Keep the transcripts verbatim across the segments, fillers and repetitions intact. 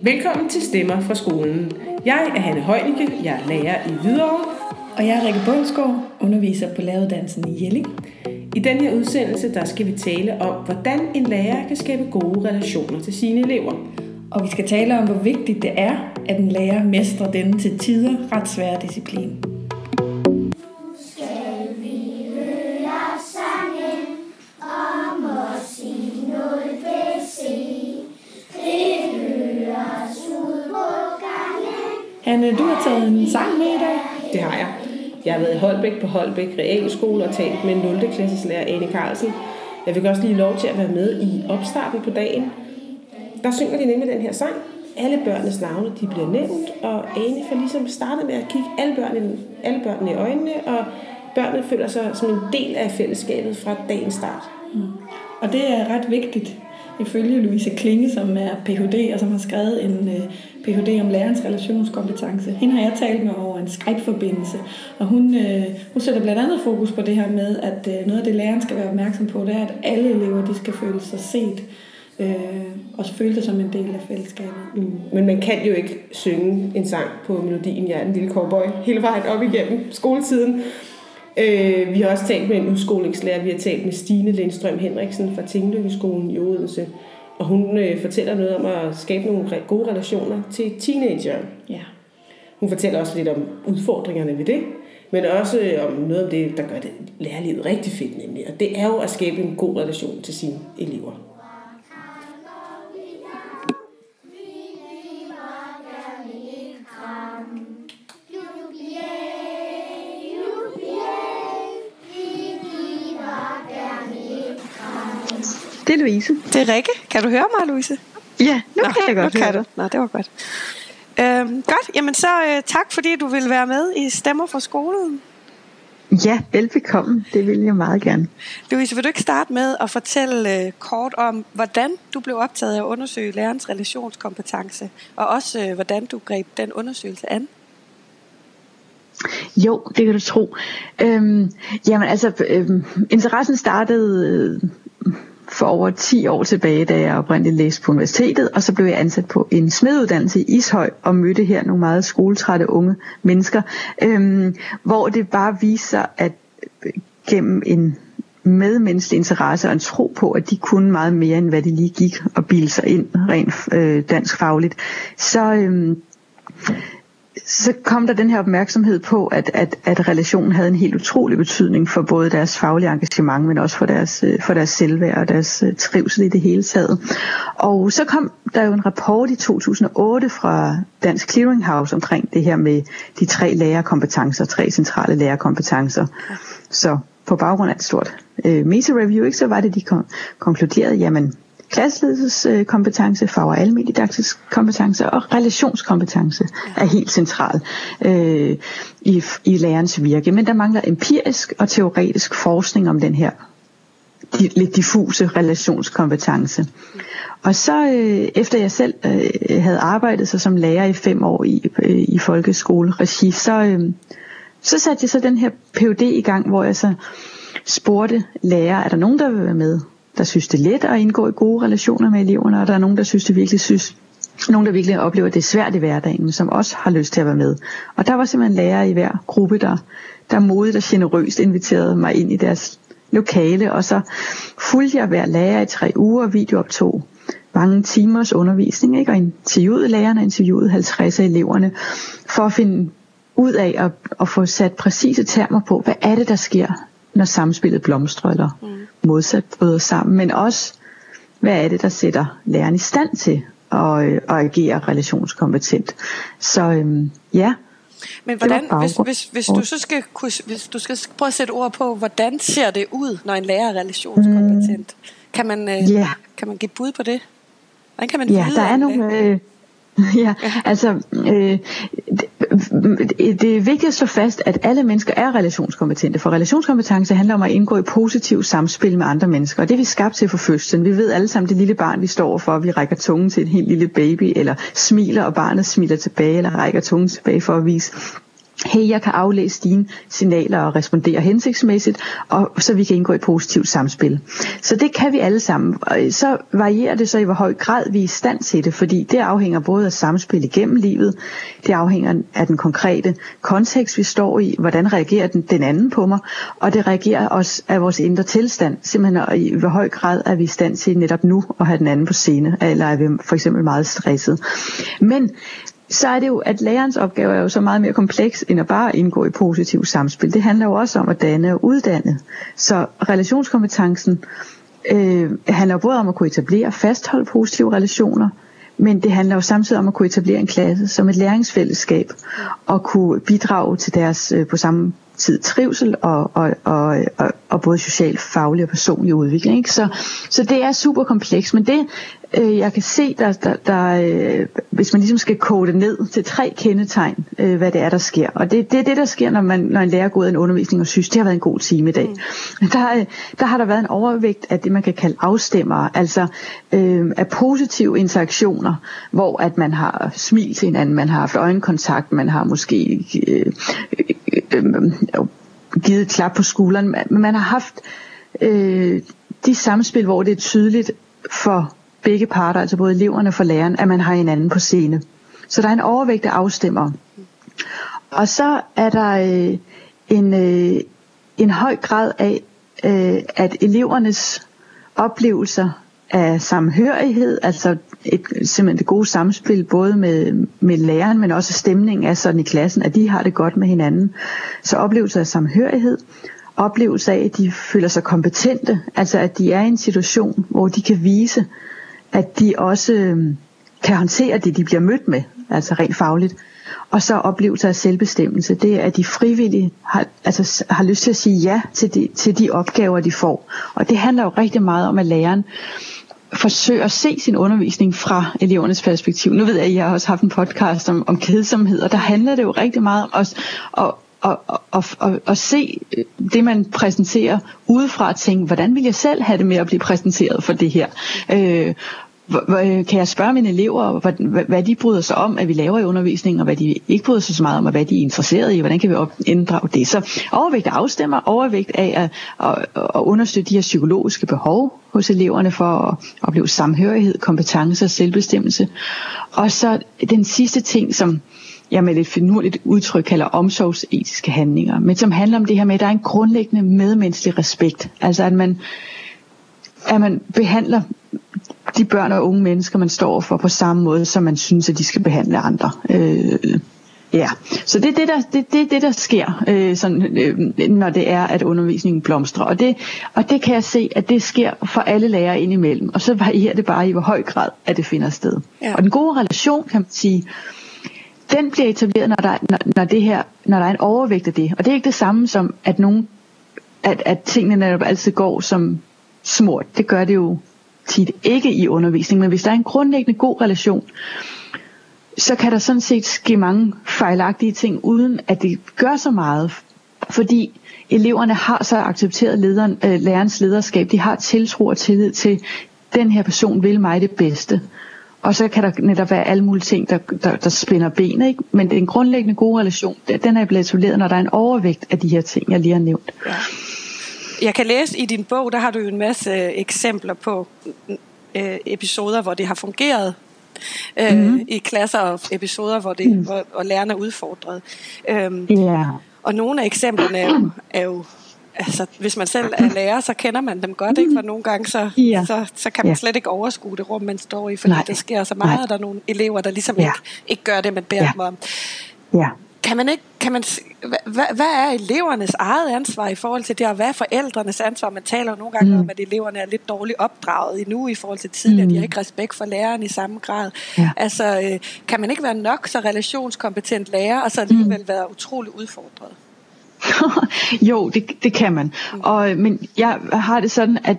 Velkommen til Stemmer fra skolen. Jeg er Hanne Højnicke, jeg er lærer i Hvidovre. Og jeg er Rikke Bundsgaard, underviser på læreruddannelsen i Jelling. I den her udsendelse, der skal vi tale om, hvordan en lærer kan skabe gode relationer til sine elever. Og vi skal tale om, hvor vigtigt det er, at en lærer mestrer denne til tider ret svære disciplin. Hanne, du har taget en sang med i dag. Det har jeg. Jeg har været i Holbæk på Holbæk Realskole og talt med nul klasses lærer Ane Carlsen. Jeg fik også lige lov til at være med i opstarten på dagen. Der synger de nemlig den her sang. Alle børnenes navne de bliver nævnt, og Ane får ligesom startet med at kigge alle børnene, alle børnene i øjnene, og børnene føler sig som en del af fællesskabet fra dagens start. Mm. Og det er ret vigtigt. Ifølge Louise Klinge, som er P H D og som har skrevet en uh, P H D om lærerens relationskompetence. Hende har jeg talt med over en Skype-forbindelse, og hun, uh, hun sætter blandt andet fokus på det her med, at uh, noget af det læreren skal være opmærksom på, det er, at alle elever de skal føle sig set, uh, og føle sig som en del af fællesskabet. Mm. Men man kan jo ikke synge en sang på melodien Jeg er en lille cowboy hele vejen op igennem skoletiden. Øh, vi har også talt med en udskolingslærer. Vi har talt med Stine Lindstrøm Henriksen fra Tingløkkeskolen i Odense. Og hun øh, fortæller noget om at skabe nogle gode relationer til teenager. Ja. Hun fortæller også lidt om udfordringerne ved det, men også øh, om noget af det, der gør det lærerlivet rigtig fedt nemlig. Og det er jo at skabe en god relation til sine elever. Det er Louise. Det er Rikke. Kan du høre mig, Louise? Ja, nu Nå, kan jeg godt nu høre kan du. Nå, det var godt. Øhm, godt, jamen så øh, tak, fordi du vil være med i Stemmer fra skolen. Ja, velbekomme. Det vil jeg meget gerne. Louise, vil du ikke starte med at fortælle øh, kort om, hvordan du blev optaget af at undersøge lærerens relationskompetence, og også øh, hvordan du greb den undersøgelse an? Jo, det kan du tro. Øhm, jamen altså, øhm, interessen startede øh, for over ti år tilbage, da jeg oprindeligt læste på universitetet, og så blev jeg ansat på en smeduddannelse i Ishøj, og mødte her nogle meget skoletrætte unge mennesker, øhm, hvor det bare viser, at gennem en medmenneskelig interesse og en tro på, at de kunne meget mere, end hvad de lige gik og bildte sig ind rent øh, dansk fagligt, så... Øhm, så kom der den her opmærksomhed på, at, at, at relationen havde en helt utrolig betydning for både deres faglige engagement, men også for deres, for deres selvværd og deres trivsel i det hele taget. Og så kom der jo en rapport i to tusind og otte fra Dansk Clearinghouse omkring det her med de tre lærerkompetencer, tre centrale lærerkompetencer. Så på baggrund af et stort øh, meta-review, ikke, så var det, de kon- konkluderede, jamen, klasseledelseskompetence, fag- og almendidaktisk kompetence og relationskompetence er helt central øh, i, i lærerens virke. Men der mangler empirisk og teoretisk forskning om den her de, lidt diffuse relationskompetence. Og så øh, efter jeg selv øh, havde arbejdet så som lærer i fem år i, øh, i folkeskoleregi, så, øh, så satte jeg så den her P H D i gang, hvor jeg så spurgte lærere, er der nogen, der vil være med? Der synes det er let at indgå i gode relationer med eleverne, og der er nogen, der synes det virkelig synes, nogen, der virkelig oplever, at det er svært i hverdagen, men som også har lyst til at være med. Og der var simpelthen lærere i hver gruppe, der, der modigt og generøst inviterede mig ind i deres lokale, og så fulgte jeg hver lærer i tre uger og videooptog mange timers undervisning, ikke? Og interviewede lærerne, interviewede halvtreds af eleverne, for at finde ud af at, at få sat præcise termer på, hvad er det, der sker, når samspillet blomstrer eller mm. modsat bryder sammen, men også, hvad er det, der sætter læreren i stand til at, at agere relationskompetent. Så øhm, ja. Men hvordan, hvis, hvis, hvis, du så skal, hvis du skal prøve at sætte ord på, hvordan ser det ud, når en lærer er relationskompetent? Mm. Kan man, øh, yeah. kan man give bud på det? Hvordan kan man ja, vide der er nogle... Øh, Ja, altså øh, det, det er vigtigt at slå fast, at alle mennesker er relationskompetente, for relationskompetence handler om at indgå i positivt samspil med andre mennesker, og det er vi skabt til for fødslen. Vi ved alle sammen, det lille barn vi står for, vi rækker tungen til en helt lille baby, eller smiler, og barnet smiler tilbage, eller rækker tungen tilbage for at vise hey, jeg kan aflæse dine signaler og respondere hensigtsmæssigt, og så vi kan indgå i positivt samspil. Så det kan vi alle sammen. Og så varierer det så i hvor høj grad vi er i stand til det, fordi det afhænger både af samspil igennem livet, det afhænger af den konkrete kontekst, vi står i, hvordan reagerer den, den anden på mig, og det reagerer også af vores indre tilstand, simpelthen i hvor høj grad er vi i stand til netop nu at have den anden på scene, eller er vi for eksempel meget stresset. Men så er det jo, at lærerens opgave er jo så meget mere kompleks, end at bare indgå i positivt samspil. Det handler jo også om at danne og uddanne. Så relationskompetencen øh, handler både om at kunne etablere og fastholde positive relationer, men det handler jo samtidig om at kunne etablere en klasse som et læringsfællesskab, og kunne bidrage til deres øh, på samme tid trivsel og, og, og, og, og både social, faglig og personlig udvikling. Ikke? Så, så det er super komplekst, men det øh, jeg kan se, der, der, der øh, hvis man ligesom skal kode det ned til tre kendetegn, øh, hvad det er, der sker. Og det, det er det, der sker, når, man, når en lærer går ud af en undervisning og synes, det har været en god time i dag. Mm. Der, der har der været en overvægt af det, man kan kalde afstemmere, altså øh, af positive interaktioner, hvor at man har smil til hinanden, man har haft øjenkontakt, man har måske øh, øh, øh, givet et klap på skulderen, men man har haft øh, de samspil, hvor det er tydeligt for begge parter, altså både eleverne og for læreren, at man har hinanden på scene. Så der er en overvægt af afstemmer. Og så er der øh, en, øh, en høj grad af, øh, at elevernes oplevelser af samhørighed, altså et, simpelthen det gode samspil, både med, med læreren, men også stemningen af sådan i klassen, at de har det godt med hinanden. Så oplevelser af samhørighed, oplevelse af, at de føler sig kompetente, altså at de er i en situation, hvor de kan vise, at de også øh, kan håndtere det, de bliver mødt med, altså rent fagligt. Og så oplevelse af selvbestemmelse, det er, at de frivillige har, altså, har lyst til at sige ja til de, til de opgaver, de får. Og det handler jo rigtig meget om, at læreren forsøger at se sin undervisning fra elevernes perspektiv. Nu ved jeg, at jeg har også haft en podcast om, om kedsomhed, og der handler det jo rigtig meget om os at Og, og, og, og, og se det, man præsenterer udefra, og tænke, hvordan vil jeg selv have det med at blive præsenteret for det her? Øh, kan jeg spørge mine elever, hvad, hvad de bryder sig om, at vi laver i undervisningen, og hvad de ikke bryder sig så meget om, og hvad de er interesseret i, hvordan kan vi inddrage det? Så overvægt af afstemmer, overvægt af at, at, at understøtte de her psykologiske behov hos eleverne for at opleve samhørighed, kompetence og selvbestemmelse. Og så den sidste ting, som jeg med et finurligt udtryk kalder omsorgsetiske handlinger, men som handler om det her med, at der er en grundlæggende medmenneskelig respekt. Altså at man, at man behandler de børn og unge mennesker, man står for, på samme måde, som man synes, at de skal behandle andre. Øh, ja, så det er det, der, det, det, det, der sker, øh, sådan, øh, når det er, at undervisningen blomstrer. Og det, og det kan jeg se, at det sker for alle lærere indimellem. Og så varierer det bare i, hvor høj grad, at det finder sted. Ja. Og den gode relation, kan man sige, den bliver etableret, når der, når, når, det her, når der er en overvægt af det. Og det er ikke det samme som, at, nogen, at, at tingene netop altid går som smurt. Det gør det jo tit ikke i undervisning. Men hvis der er en grundlæggende god relation, så kan der sådan set ske mange fejlagtige ting, uden at det gør så meget. Fordi eleverne har så accepteret lederen, øh, lærerens lederskab. De har tiltro og tillid til, den her person vil mig det bedste. Og så kan der netop være alle mulige ting, der, der, der spænder ben, ikke? Men det er en grundlæggende god relation. Den er blevet etableret, når der er en overvægt af de her ting, jeg lige har nævnt. Ja. Jeg kan læse i din bog, der har du jo en masse eksempler på øh, episoder, hvor det har fungeret øh, mm-hmm. i klasser, og episoder, hvor, det, mm. hvor, hvor lærerne er udfordret. Øhm, yeah. Og nogle af eksemplerne er jo, er jo altså, hvis man selv er lærer, så kender man dem godt, ikke? For nogle gange, så, yeah. så, så kan man yeah. slet ikke overskue det rum, man står i, fordi Nej. der sker så meget, og der er nogle elever, der ligesom yeah. ikke, ikke gør det, man beder yeah. dem om. Yeah. Kan man ikke, kan man, hvad, hvad er elevernes eget ansvar i forhold til det, og hvad er forældrenes ansvar? Man taler jo nogle gange mm. om, at eleverne er lidt dårligt opdraget endnu i forhold til tidligere, mm. de har ikke respekt for læreren i samme grad. Ja. Altså, øh, kan man ikke være nok så relationskompetent lærer, og så alligevel mm. være utrolig udfordret? Jo, det, det kan man. Mm. Og, men jeg har det sådan, at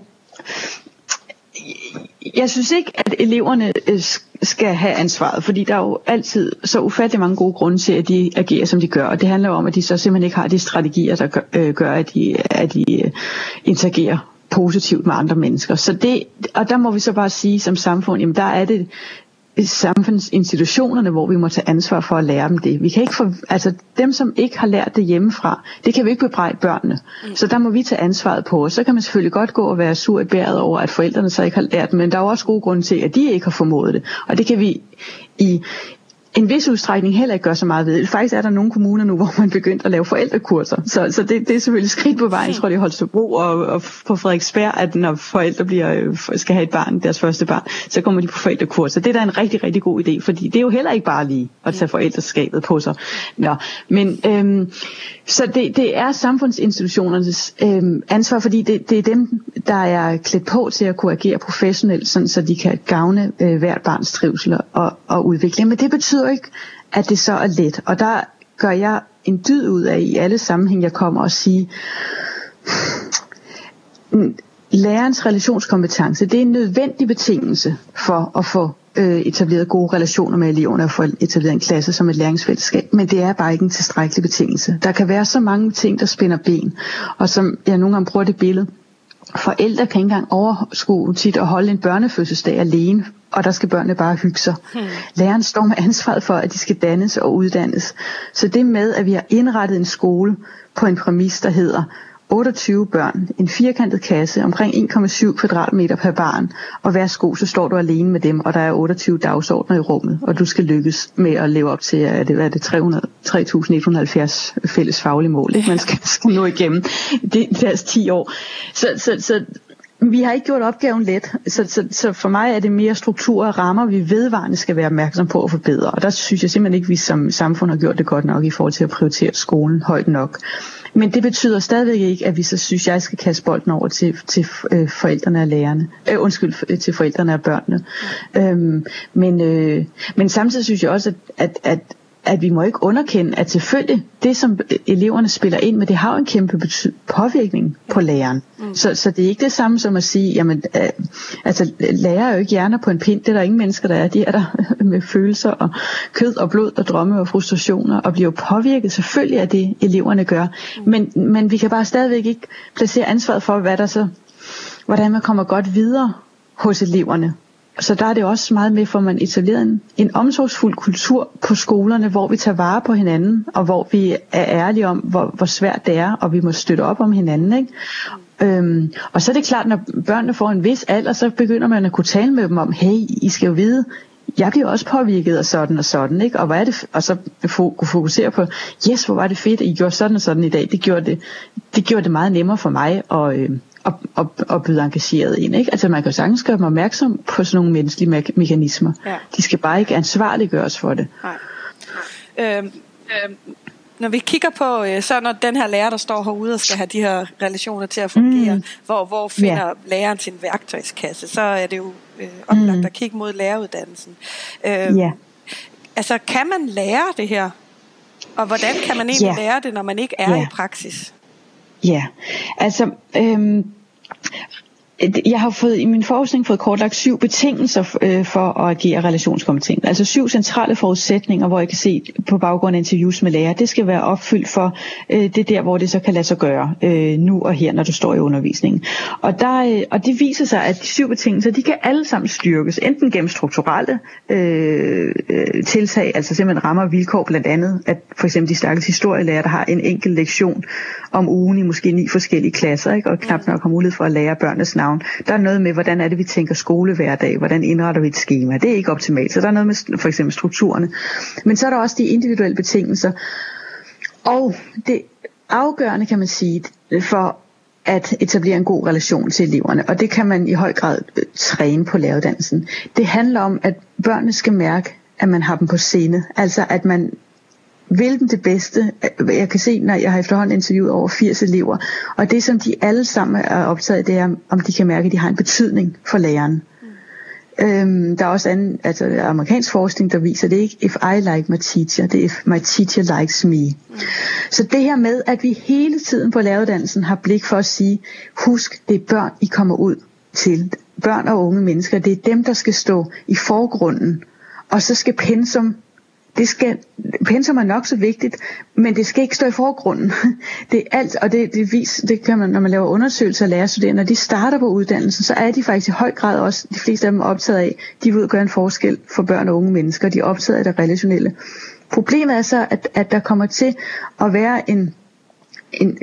jeg synes ikke, at eleverne skal have ansvaret, fordi der er jo altid så ufattelig mange gode grunde til, at de agerer, som de gør. Og det handler jo om, at de så simpelthen ikke har de strategier, der gør, øh, gør at de, at de interagerer positivt med andre mennesker. Så det, og der må vi så bare sige som samfund, jamen der er det samfundsinstitutionerne, hvor vi må tage ansvar for at lære dem det. Vi kan ikke for, altså dem, som ikke har lært det hjemmefra, det kan vi ikke bebrejde børnene. Mm. Så der må vi tage ansvaret på os. Så kan man selvfølgelig godt gå og være sur i bæret over, at forældrene så ikke har lært, men der er også gode grunde til, at de ikke har formået det. Og det kan vi i en vis udstrækning heller ikke gør så meget ved. Faktisk er der nogle kommuner nu, hvor man begyndt at lave forældrekurser. Så, så det, det er selvfølgelig skridt på vejen, jeg tror det er Holstebro og, og på Frederiksberg, at når forældre bliver, skal have et barn, deres første barn, så kommer de på forældrekurser. Det er da en rigtig, rigtig god idé, fordi det er jo heller ikke bare lige at tage forældreskabet på sig. Nå, men øhm, så det, det er samfundsinstitutionernes øhm, ansvar, fordi det, det er dem, der er klædt på til at kunne agere professionelt, sådan, så de kan gavne øh, hvert barns trivsel og, og udvikling. Men det betyder ikke, at det så er let. Og der gør jeg en dyd ud af i alle sammenhæng, jeg kommer og sige, lærerens relationskompetence, det er en nødvendig betingelse for at få øh, etableret gode relationer med eleverne og få etableret en klasse som et læringsfællesskab. Men det er bare ikke en tilstrækkelig betingelse. Der kan være så mange ting, der spænder ben. Og som jeg nogle gange bruger det billede, forældre kan ikke engang overskue tit at holde en børnefødselsdag alene, og der skal børnene bare hygge sig. Hmm. Læreren står med ansvaret for, at de skal dannes og uddannes. Så det med, at vi har indrettet en skole på en præmis, der hedder otteogtyve børn, en firkantet kasse, omkring en komma syv kvadratmeter per barn, og værsgo, så står du alene med dem, og der er otteogtyve dagsordner i rummet, og du skal lykkes med at leve op til, at det er det tre tusind et hundrede og halvfjerds fælles faglige mål, ikke? Man skal, skal nå igennem det, deres ti år. Så, så, så vi har ikke gjort opgaven let, så, så, så for mig er det mere struktur og rammer, vi vedvarende skal være opmærksom på at forbedre, og der synes jeg simpelthen ikke, at vi som samfund har gjort det godt nok i forhold til at prioritere skolen højt nok. Men det betyder stadigvæk ikke, at vi så synes, jeg skal kaste bolden over til, til øh, forældrene og lærerne. Øh, undskyld, til forældrene og børnene. Mm. Øhm, men, øh, men samtidig synes jeg også, at, at, at, at vi må ikke underkende, at selvfølgelig det, som eleverne spiller ind med, det har jo en kæmpe bety- påvirkning på læreren. Mm. Så, så det er ikke det samme som at sige, jamen, øh, altså lærer er jo ikke hjerner på en pind, det er der ingen mennesker, der er. De er der med følelser og kød og blod og drømme og frustrationer, og bliver jo påvirket selvfølgelig af det, eleverne gør. Mm. Men, men vi kan bare stadigvæk ikke placere ansvaret for, hvad der så, hvordan man kommer godt videre hos eleverne. Så der er det også meget med, for man etablerer en, en omsorgsfuld kultur på skolerne, hvor vi tager vare på hinanden, og hvor vi er ærlige om, hvor, hvor svært det er, og vi må støtte op om hinanden, ikke? Øhm, og så er det klart, når børnene får en vis alder, så begynder man at kunne tale med dem om, hey, I skal jo vide, jeg bliver også påvirket af sådan og sådan, ikke? Og hvad er det, og så kunne fokusere på, yes, hvor var det fedt, at I gjorde sådan og sådan i dag. Det gjorde det, det gjorde det meget nemmere for mig at, øh, at, at, at blive engageret ind, ikke? Altså man kan jo sagtens gøre dem opmærksom på sådan nogle menneskelige me- mekanismer. Ja. De skal bare ikke ansvarliggøres for det. Nej. Øhm, øhm, når vi kigger på, så når den her lærer, der står herude og skal have de her relationer til at fungere, mm. hvor, hvor finder yeah. læreren sin værktøjskasse, så er det jo øh, oplagt mm. at kigge mod læreruddannelsen. Øhm, yeah. Altså, kan man lære det her? Og hvordan kan man egentlig yeah. lære det, når man ikke er yeah. i praksis? Ja, yeah. altså... Øhm Jeg har fået i min forskning fået kortlagt syv betingelser øh, for at agere relationskompetent. Altså syv centrale forudsætninger, hvor jeg kan se på baggrund af interviews med lærere, det skal være opfyldt for øh, det der, hvor det så kan lade sig gøre øh, nu og her, når du står i undervisningen. Og, der, øh, og det viser sig, at de syv betingelser, de kan alle sammen styrkes, enten gennem strukturelle øh, tiltag, altså simpelthen rammer og vilkår, blandt andet, at for eksempel de stakkels historielærer, der har en enkelt lektion om ugen i måske ni forskellige klasser, ikke? Og knap nok har mulighed for at lære børnenes navn. Der er noget med, hvordan er det, vi tænker skole hver dag, hvordan indretter vi et schema. Det er ikke optimalt, så der er noget med for eksempel strukturerne. Men så er der også de individuelle betingelser. Og det afgørende, kan man sige, for at etablere en god relation til eleverne, og det kan man i høj grad træne på læreruddannelsen. Det handler om, at børnene skal mærke, at man har dem på sinde. Altså at man vil dem det bedste. Jeg kan se, når jeg har efterhånden interviewet over firs elever, og det som de alle sammen er optaget, det er, om de kan mærke, at de har en betydning for læreren. Mm. Øhm, der er også anden, altså amerikansk forskning, der viser, det ikke if I like my teacher, det er if my teacher likes me. Mm. Så det her med, at vi hele tiden på læreruddannelsen har blik for at sige, husk, det er børn, I kommer ud til. Børn og unge mennesker, det er dem, der skal stå i forgrunden, og så skal pensum det skal, pensum er nok så vigtigt, men det skal ikke stå i forgrunden. Det er alt, og det, det, vis, det kan man, når man laver undersøgelser af lærerstuderende, når de starter på uddannelsen, så er de faktisk i høj grad også, de fleste af dem er optaget af, de vil gøre en forskel for børn og unge mennesker, de er optaget af det relationelle. Problemet er så, at, at der kommer til at være en, en,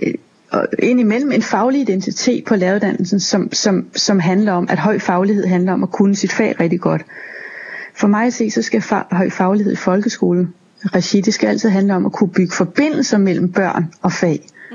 en imellem en faglig identitet på læreruddannelsen, som, som, som handler om, at høj faglighed handler om at kunne sit fag rigtig godt. For mig at se, så skal fa- høj faglighed i folkeskolen regi, det skal altid handle om at kunne bygge forbindelser mellem børn og fag. Mm.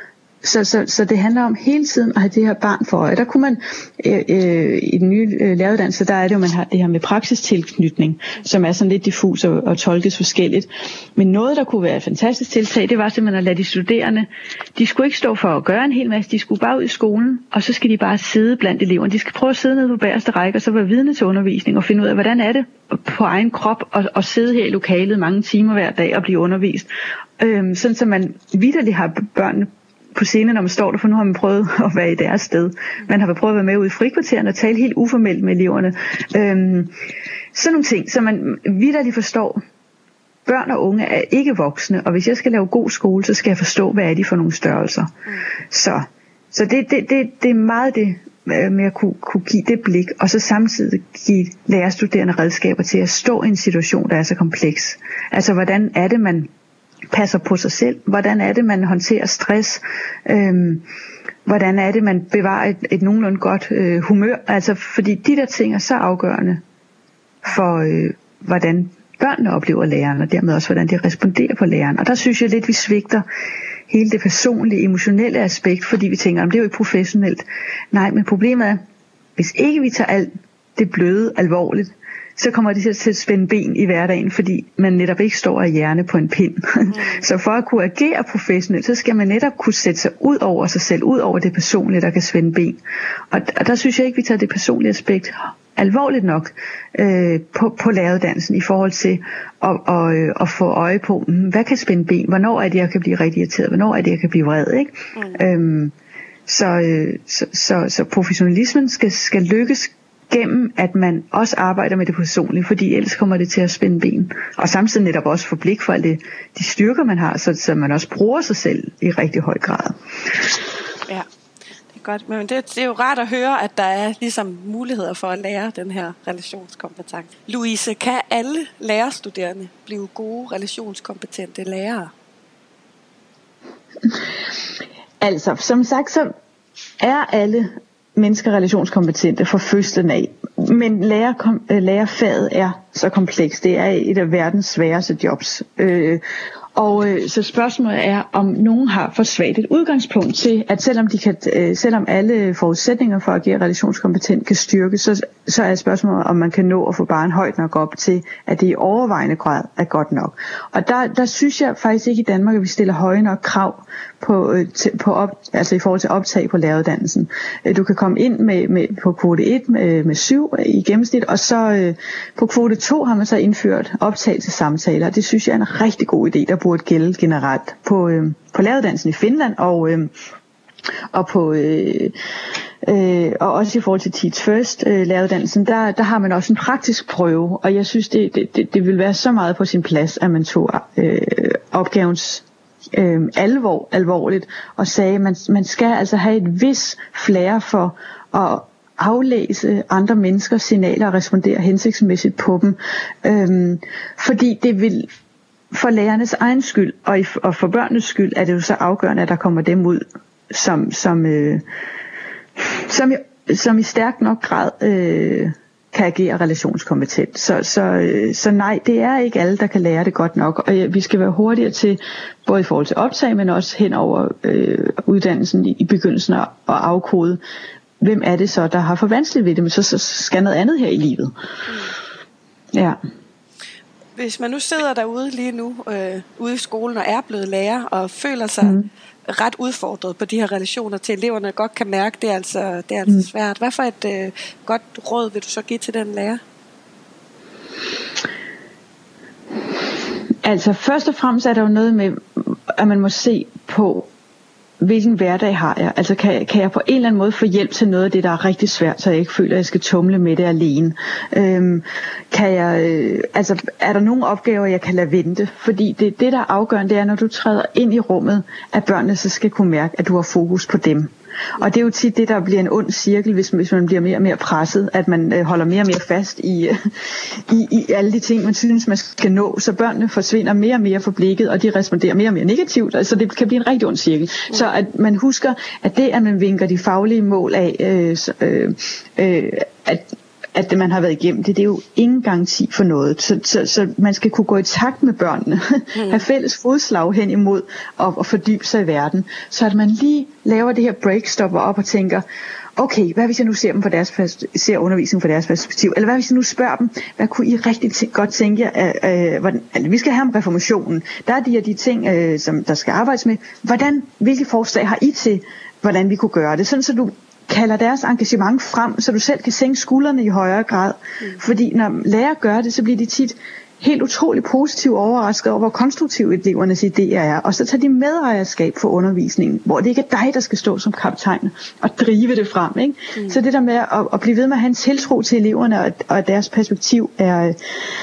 Så, så, så det handler om hele tiden at have det her barn for øje. Der kunne man øh, øh, i den nye øh, læreruddannelse, der er det jo, man har det her med praksistilknytning, som er sådan lidt diffus og, og tolkes forskelligt. Men noget, der kunne være et fantastisk tiltag, det var simpelthen at lade de studerende, de skulle ikke stå for at gøre en hel masse, de skulle bare ud i skolen, og så skal de bare sidde blandt eleverne. De skal prøve at sidde nede på bagerste række, og så være vidne til undervisning, og finde ud af, hvordan er det på egen krop, og, og sidde her i lokalet mange timer hver dag og blive undervist. Øhm, sådan så man vitterligt har børnene på scenen, når man står der, for nu har man prøvet at være i deres sted. Man har prøvet at være med ude i frikvartererne og tale helt uformelt med eleverne. Øhm, sådan nogle ting, så man vitterligt forstår, børn og unge er ikke voksne, og hvis jeg skal lave god skole, så skal jeg forstå, hvad er de for nogle størrelser. Mm. Så, så det, det, det, det er meget det med at kunne, kunne give det blik, og så samtidig give lærerstuderende redskaber til at stå i en situation, der er så kompleks. Altså, hvordan er det, man passer på sig selv? Hvordan er det, man håndterer stress? Øhm, hvordan er det, man bevarer et, et nogenlunde godt øh, humør? Altså, fordi de der ting er så afgørende for, øh, hvordan børnene oplever læreren, og dermed også, hvordan de responderer på læreren. Og der synes jeg lidt, vi svigter hele det personlige, emotionelle aspekt, fordi vi tænker, om det er jo ikke professionelt. Nej, men problemet er, hvis ikke vi tager alt det bløde alvorligt, så kommer det til at spænde ben i hverdagen, fordi man netop ikke står af hjerne på en pind. Mm. Så for at kunne agere professionelt, så skal man netop kunne sætte sig ud over sig selv, ud over det personlige, der kan spænde ben. Og, og der synes jeg ikke, vi tager det personlige aspekt alvorligt nok øh, på, på læreruddannelsen i forhold til at, at, at, at få øje på, hvad kan spænde ben, hvornår er det, jeg kan blive rigtig irriteret, hvornår er det, jeg kan blive vred, ikke? Mm. Øhm, så, øh, så, så, så professionalismen skal, skal lykkes gennem, at man også arbejder med det personlige, fordi ellers kommer det til at spænde ben. Og samtidig netop også få blik for alle de, de styrker, man har, så, så man også bruger sig selv i rigtig høj grad. Ja, det er godt. Men det, det er jo rart at høre, at der er ligesom muligheder for at lære den her relationskompetence. Louise, kan alle lærerstuderende blive gode relationskompetente lærere? Altså, som sagt, så er alle mennesker relationskompetente fra fødslen af. Men lærer, lærerfaget er så komplekst. Det er et af verdens sværeste jobs. Øh, og øh, så spørgsmålet er, om nogen har for svagt et udgangspunkt til, at selvom, de kan, øh, selvom alle forudsætninger for at agere relationskompetent kan styrkes, så, så er spørgsmålet, om man kan nå at få barn højt nok op til, at det i overvejende grad er godt nok. Og der, der synes jeg faktisk ikke i Danmark, at vi stiller høje nok krav på, øh, til, på op, altså i forhold til optag på læreruddannelsen. Du kan komme ind med, med, på kvote et med, med syv i gennemsnit, og så øh, på kvote to har man så indført optagelsessamtaler. Det synes jeg er en rigtig god idé, der burde gælde generelt på, øh, på læreruddannelsen i Finland og, øh, og på øh, øh, og også i forhold til Teach First øh, læreruddannelsen, der, der har man også en praktisk prøve, og jeg synes det, det, det, det vil være så meget på sin plads, at man tog øh, opgavens øh, alvor alvorligt og sagde, at man, man skal altså have et vis flair for at aflæse andre menneskers signaler og respondere hensigtsmæssigt på dem, øhm, fordi det vil for lærernes egen skyld og, i, og for børnenes skyld er det jo så afgørende, at der kommer dem ud, som, som, øh, som, i, som i stærk nok grad øh, kan agere relationskompetent. Så, så, øh, så nej, det er ikke alle, der kan lære det godt nok, og ja, vi skal være hurtigere til, både i forhold til optag, men også hen over øh, uddannelsen i, i begyndelsen at afkode, hvem er det så, der har for vanskeligt ved det, men så, så skal noget andet her i livet. Mm. Ja. Hvis man nu sidder derude lige nu, øh, ude i skolen og er blevet lærer, og føler sig mm. ret udfordret på de her relationer til eleverne, godt kan mærke, det er altså, det er altså mm. svært. Hvad for et øh, godt råd vil du så give til den lærer? Altså først og fremmest er der jo noget med, at man må se på hvilken hverdag har jeg? Altså kan, kan jeg på en eller anden måde få hjælp til noget af det, der er rigtig svært, så jeg ikke føler, at jeg skal tumle med det alene? Øhm, kan jeg, øh, altså, er der nogle opgaver, jeg kan lade vente? Fordi det, det, der er afgørende, det er, når du træder ind i rummet, at børnene så skal kunne mærke, at du har fokus på dem. Og det er jo tit det, der bliver en ond cirkel, hvis, hvis man bliver mere og mere presset, at man øh, holder mere og mere fast i, øh, i, i alle de ting, man synes, man skal nå, så børnene forsvinder mere og mere fra blikket, og de responderer mere og mere negativt, altså det kan blive en rigtig ond cirkel. Mm. Så at man husker, at det, at man vinker de faglige mål af, øh, øh, øh, at at det, man har været igennem det, det er jo ingen garanti for noget. Så, så, så man skal kunne gå i takt med børnene, mm. have fælles fodslag hen imod og, og fordybe sig i verden, så at man lige laver det her break, stopper op og tænker, okay, hvad hvis jeg nu ser, dem fra deres, ser undervisningen fra deres perspektiv, eller hvad hvis jeg nu spørger dem, hvad kunne I rigtig t- godt tænke jer, øh, øh, hvordan, altså, vi skal have om reformationen, der er de her de ting, øh, som der skal arbejdes med, hvordan, hvilke forslag har I til, hvordan vi kunne gøre det, sådan så du kalder deres engagement frem, så du selv kan sænke skuldrene i højere grad. Mm. Fordi når lærer gør det, så bliver de tit helt utroligt positivt overrasket over, hvor konstruktive elevernes idéer er. Og så tager de medejerskab for undervisningen, hvor det ikke er dig, der skal stå som kaptajn og drive det frem. Ikke? Mm. Så det der med at, at blive ved med at have en tiltro til eleverne, og, og deres perspektiv er...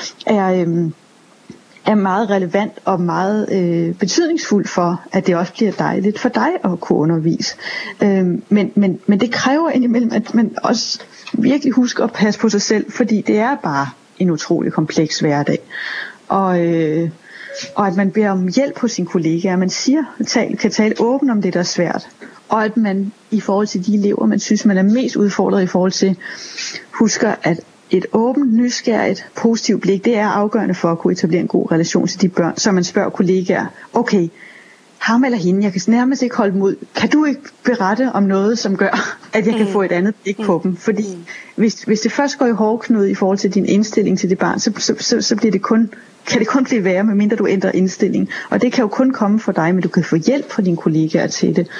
er øhm, er meget relevant og meget øh, betydningsfuldt for, at det også bliver dejligt for dig at kunne undervise. Øhm, men, men, men det kræver indimellem, at man også virkelig husker at passe på sig selv, fordi det er bare en utrolig kompleks hverdag. Og, øh, og at man beder om hjælp hos sine kollegaer, at man siger, tal, kan tale åbent om det, der er svært. Og at man i forhold til de elever, man synes, man er mest udfordret i forhold til, husker, at et åbent, nysgerrigt, positivt blik, det er afgørende for at kunne etablere en god relation til de børn, så man spørger kollegaer, okay, ham eller hende, jeg kan nærmest ikke holde dem ud, kan du ikke berette om noget, som gør, at jeg kan få et andet blik på dem? Fordi hvis, hvis det først går i hårdknud i forhold til din indstilling til det barn, så, så, så, så bliver det kun, kan det kun blive værre, medmindre du ændrer indstilling. Og det kan jo kun komme fra dig, men du kan få hjælp fra dine kollegaer til det.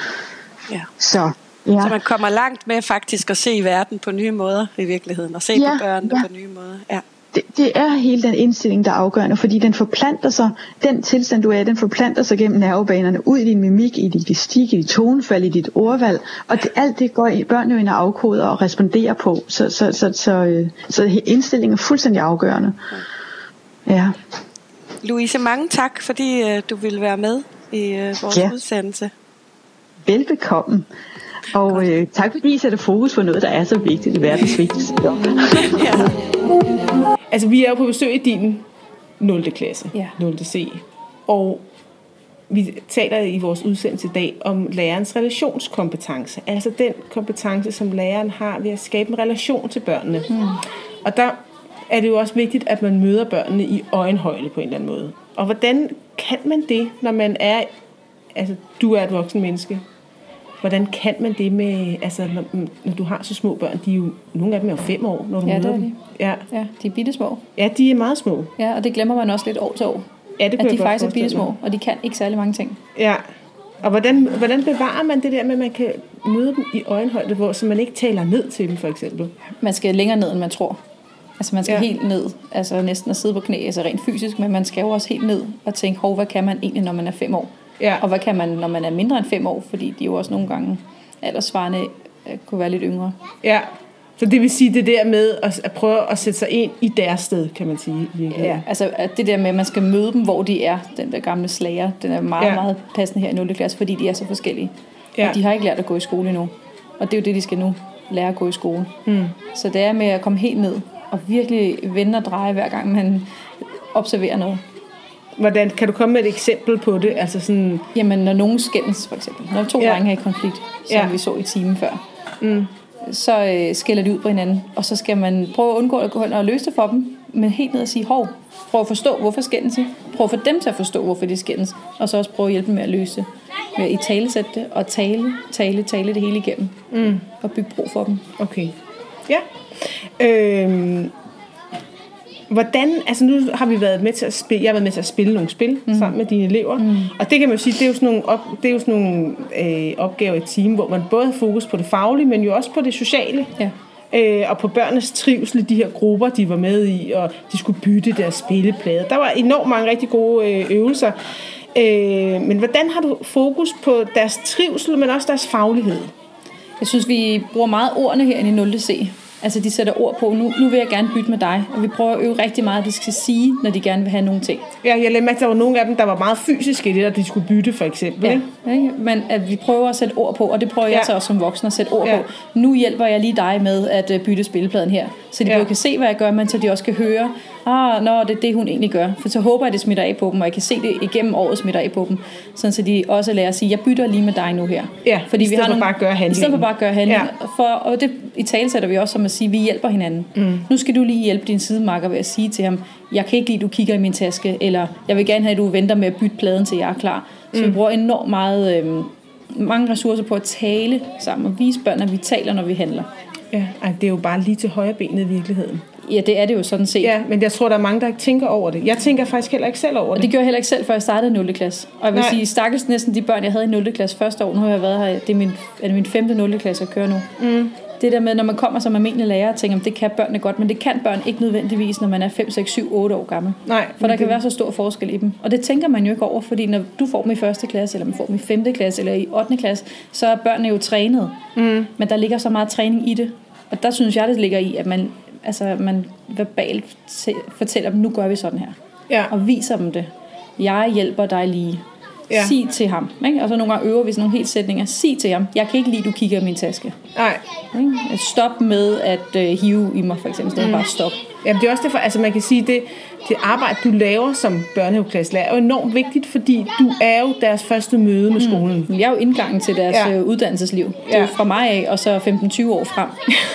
Ja. Så... Ja. Så man kommer langt med faktisk at se verden på nye måder i virkeligheden, og se ja, på børnene ja. på nye måder. Ja. Det, det er hele den indstilling, der er afgørende, fordi den forplanter sig, den tilstand du er, den forplanter sig gennem nervebanerne, ud i din mimik, i din gestik, i dit tonefald, i dit ordvalg, og det, alt det går i børnene ind og afkoder og responderer på, så, så, så, så, så indstillingen er fuldstændig afgørende. Ja. Louise, mange tak, fordi uh, du ville være med i uh, vores ja. udsendelse. Velbekomme. Og øh, tak fordi I sætter fokus på noget, der er så vigtigt i verdens vigtigste job. Ja. Altså vi er jo på besøg i din nul klasse, ja. nul C. Og vi taler i vores udsendelse i dag om lærerens relationskompetence. Altså den kompetence, som læreren har ved at skabe en relation til børnene. Mm. Og der er det jo også vigtigt, at man møder børnene i øjenhøjde på en eller anden måde. Og hvordan kan man det, når man er... Altså, du er et voksen menneske. Hvordan kan man det med, altså når, når du har så små børn, de er jo, nogle af dem er jo fem år, når du ja, møder det er dem. De. Ja. ja, de er bittesmå. Ja, de er meget små. Ja, og det glemmer man også lidt år til år. Ja, det at de faktisk er bittesmå, og de kan ikke særlig mange ting. Ja, og hvordan, hvordan bevarer man det der med, at man kan møde dem i øjenhøjde, hvor så man ikke taler ned til dem, for eksempel? Man skal længere ned, end man tror. Altså man skal ja. helt ned, altså næsten at sidde på knæ, altså rent fysisk, men man skal jo også helt ned og tænke, hov, hvad kan man egentlig, når man er fem år? Ja. Og hvad kan man, når man er mindre end fem år? Fordi de jo også nogle gange alderssvarende kunne være lidt yngre. Ja, så det vil sige det der med at, at prøve at sætte sig ind i deres sted, kan man sige. Ja, altså at det der med, at man skal møde dem, hvor de er, den der gamle slager, den er meget, ja. meget passende her i nul klasse, fordi de er så forskellige. Ja. Og de har ikke lært at gå i skole endnu. Og det er jo det, de skal nu lære at gå i skole. Mm. Så det er med at komme helt ned og virkelig vende og dreje, hver gang man observerer noget. Hvordan, kan du komme med et eksempel på det? Altså sådan... Jamen, når nogen skændes, for eksempel. Når to ja. drenge er i konflikt, som ja. vi så i timen før, mm. så øh, skælder de ud på hinanden. Og så skal man prøve at undgå at gå hen og løse det for dem, men helt ned og sige, hov, prøv at forstå, hvorfor skændes de. Prøv at få dem til at forstå, hvorfor de skændes. Og så også prøve at hjælpe dem med at løse det. Med at italesætte det, og tale, tale, tale det hele igennem. Mm. Og bygge bro for dem. Okay. Ja. Øhm... Hvordan, altså nu har vi været med til at spille, jeg har været med til at spille nogle spil mm. sammen med dine elever, mm. og det kan man jo sige, det er jo sådan nogle, op, det er jo sådan nogle øh, opgaver i team, hvor man både har fokus på det faglige, men jo også på det sociale, ja. øh, og på børnenes trivsel i de her grupper, de var med i, og de skulle bytte deres spilleplade. Der var enormt mange rigtig gode øh, øvelser. Øh, men hvordan har du fokus på deres trivsel, men også deres faglighed? Jeg synes, vi bruger meget ordene herinde i nul C. Altså, de sætter ord på, nu, nu vil jeg gerne bytte med dig. Og vi prøver at øve rigtig meget, at de skal sige, når de gerne vil have nogle ting. Ja, jeg lagde mærke til, at der var nogle af dem, der var meget fysiske i det, at de skulle bytte, for eksempel. Ja, ikke? ikke? Men at vi prøver at sætte ord på, og det prøver jeg Ja. så også som voksen at sætte ord Ja. på. Nu hjælper jeg lige dig med at øh, bytte spillepladen her. Så de Ja. både kan se, hvad jeg gør, men så de også kan høre, ah, nå, det er det, hun egentlig gør. For så håber jeg, det smitter af på dem, og jeg kan se det igennem året smitter af på dem. Sådan så de også lærer at sige, jeg bytter lige med dig nu her. Ja, fordi i stedet vi har for nogle, bare at gøre handlingen. I stedet for bare at gøre handlingen. Ja. For, og det i tale sætter vi også som at sige, vi hjælper hinanden. Mm. Nu skal du lige hjælpe din sidemarker ved at sige til ham, jeg kan ikke lide, at du kigger i min taske, eller jeg vil gerne have, at du venter med at bytte pladen, til jeg er klar. Så mm. vi bruger enormt meget, øh, mange ressourcer på at tale sammen, og vise børn, at vi taler, når vi handler. Ja, det er jo bare lige til højre benet i virkeligheden. Ja, det er det jo sådan set. Ja, men jeg tror, der er mange, der ikke tænker over det. Jeg tænker faktisk heller ikke selv over Og det. det gjorde jeg heller ikke selv, før jeg startede nul klasse. Og jeg vil Nej. sige, stakkels næsten de børn, jeg havde i nul klasse første år, nu har jeg været her, det er min, er det min femte nul klasse, jeg kører nu. Mm. Det der med, når man kommer som almindelig lærer og tænker, det kan børnene godt, men det kan børn ikke nødvendigvis, når man er fem, seks, syv, otte år gammel. Nej, For der det- kan være så stor forskel i dem. Og det tænker man jo ikke over, fordi når du får dem i første klasse, eller man får dem i femte klasse, eller i ottende klasse, så er børnene jo trænet. Mm. Men der ligger så meget træning i det. Og der synes jeg, det ligger i, at man, altså, man verbalt se- fortæller dem, nu gør vi sådan her. Ja. Og viser dem det. Jeg hjælper dig lige. Ja. Sig til ham. Ikke? Og så nogle gange øver vi sådan nogle helt sætninger. Sig til ham, jeg kan ikke lide, at du kigger i min taske. Nej. Ikke? At stop med at øh, hive i mig, for eksempel. Det er bare stop. Jamen, det er også derfor, altså man kan sige, det, det arbejde, du laver som børnehaveklasselærer, er jo enormt vigtigt, fordi du er jo deres første møde med skolen. Jeg er jo indgangen til deres Ja. ja. uddannelsesliv. Det er Ja. jo fra mig af, og så femten til tyve år frem.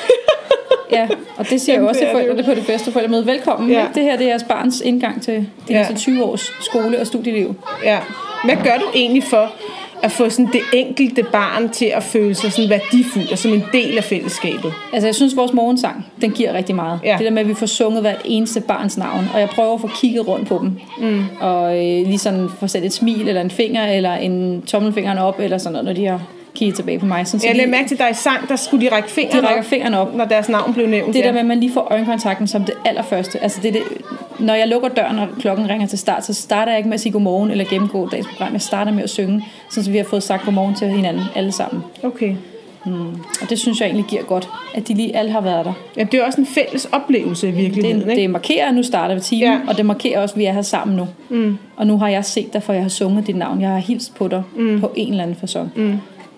Ja, og det siger jeg Jamen, jo også det til er det forældrene på det festivalmøde. Velkommen. Ja. Ja. Det her det er jeres barns indgang til de Ja. næste tyve års skole- og studieliv. Ja. Hvad gør du egentlig for at få sådan det enkelte barn til at føle sig sådan værdifuld og som en del af fællesskabet? Altså jeg synes, vores morgensang, den giver rigtig meget. Ja. Det der med, at vi får sunget hvert eneste barns navn, og jeg prøver at få kigget rundt på dem. Mm. Og øh, lige sådan få sat et smil, eller en finger, eller en tommelfingeren op, eller sådan noget, når de har kigget tilbage på mig. Sådan, så Jeg de, lagde mærke til dig i sang, der skulle de række fingeren de rækker op, fingeren op. når deres navn blev nævnt. Det ja. der med, at man lige får øjenkontakten som det allerførste. Altså det, er det, når jeg lukker døren, og klokken ringer til start, så starter jeg ikke med at sige godmorgen eller gennemgå dagens program. Jeg starter med at synge, så vi har fået sagt godmorgen til hinanden alle sammen. Okay. Og det synes jeg egentlig giver godt, at de lige alle har været der. Ja, det er også en fælles oplevelse i virkeligheden, Det, ikke? det markerer, at nu starter vi timen, Ja. ja. og det markerer også, at vi er her sammen nu. Mm. Og nu har jeg set dig, for jeg har sunget dit navn. Jeg har hilst på dig mm. på en eller anden facon. Mm.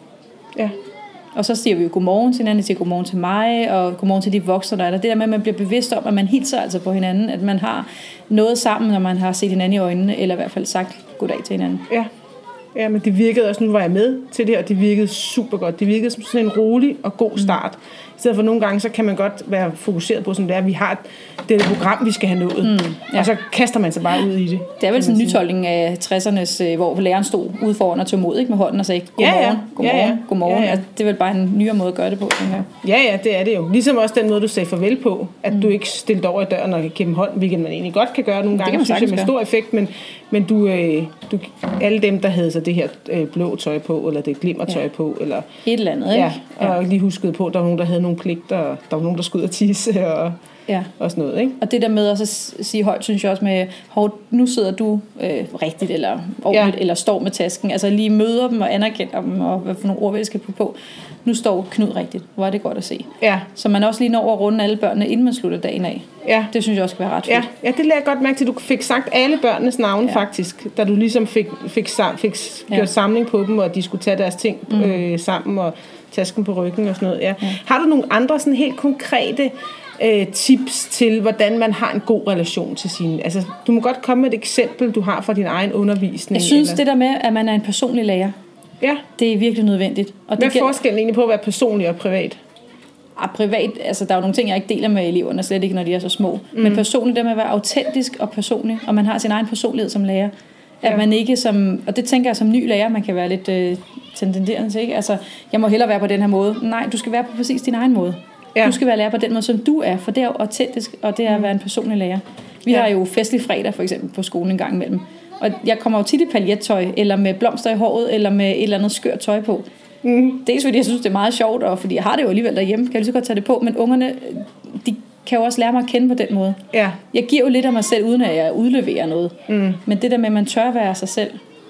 Ja. Og så siger vi jo godmorgen til hinanden, vi siger godmorgen til mig, og godmorgen til de voksne, der er der. Det der med, at man bliver bevidst om, at man hilser altså på hinanden, at man har noget sammen, når man har set hinanden i øjnene, eller i hvert fald sagt goddag til hinanden. Ja. Ja, men det virkede også, nu var jeg med til det, og det virkede super godt. Det virkede som sådan en rolig og god start. I stedet for nogle gange, så kan man godt være fokuseret på, som det er, vi har det program, vi skal have nået. Mm, ja. Og så kaster man sig bare ud i det. Det er vel sådan en nytolkning af tressernes, hvor læreren stod ude foran og tog mod, ikke, med hånden og sagde godmorgen, Ja, ja. godmorgen, Ja, ja. godmorgen. Ja, ja. Altså, det er vel bare en nyere måde at gøre det på. Tænker jeg. Ja, ja, det er det jo. Ligesom også den måde, du sagde farvel på, at mm. du ikke stillede over i døren og giver dem hånd, hvilket man egentlig godt kan gøre nogle gange, kan man synes jeg, med sagtens stor effekt, men, men du, øh, du, alle dem, der havde så det her øh, blå tøj på, eller det glimmertøj Ja. på, eller Et eller andet, ikke? ja, og lige huskede på, at der var nogen, der havde nogle pligter, og der var nogen, der skulle ud og tisse, og, Ja. og sådan noget, ikke? Og det der med også at sige højt, synes jeg også med, hov, nu sidder du øh, rigtigt, eller ordentligt, Ja. eller står med tasken. Altså lige møder dem og anerkender dem, og hvad for nogle ord vi skal på på. Nu står Knud rigtigt. Hvor er det godt at se. Ja, Så man også lige når at runde alle børnene, inden man slutter dagen af. ja. Det synes jeg også skal være ret fedt. Ja, ja, det lagde jeg godt mærke til. Du fik sagt alle børnenes navne Ja. faktisk, da du ligesom fik, fik, sam, fik Ja. gjort samling på dem, og de skulle tage deres ting mm. øh, sammen, og tasken på ryggen og sådan noget. Ja. Ja. Har du nogle andre sådan helt konkrete øh, tips til, hvordan man har en god relation til sine... Altså, du må godt komme med et eksempel, du har fra din egen undervisning. Jeg synes, eller? det der med, at man er en personlig lærer, Ja. det er virkelig nødvendigt. Og Hvad det er forskellen egentlig på at være personlig og privat? Ah, privat, altså der er jo nogle ting, jeg ikke deler med eleverne, slet ikke, når de er så små. Mm. Men personligt, det med at være autentisk og personlig, og man har sin egen personlighed som lærer. At Ja. man ikke som, og det tænker jeg som ny lærer, man kan være lidt øh, tendenserende til, ikke? Altså, jeg må hellere være på den her måde. Nej, du skal være på præcis din egen måde. Ja. Du skal være lærer på den måde, som du er, for det er jo autentisk, og det er at være en personlig lærer. Vi Ja. har jo festlig fredag, for eksempel, på skolen en gang imellem. Og jeg kommer jo tit i paljettøj, eller med blomster i håret, eller med et eller andet skørt tøj på. Mm. Dels fordi jeg synes, det er meget sjovt, og fordi jeg har det jo alligevel derhjemme, kan jeg lige så godt tage det på, men ungerne, de kan jo også lære mig at kende på den måde. Ja. Jeg giver jo lidt af mig selv, uden at jeg udleverer noget. Mm. Men det der med, at man tør være sig selv,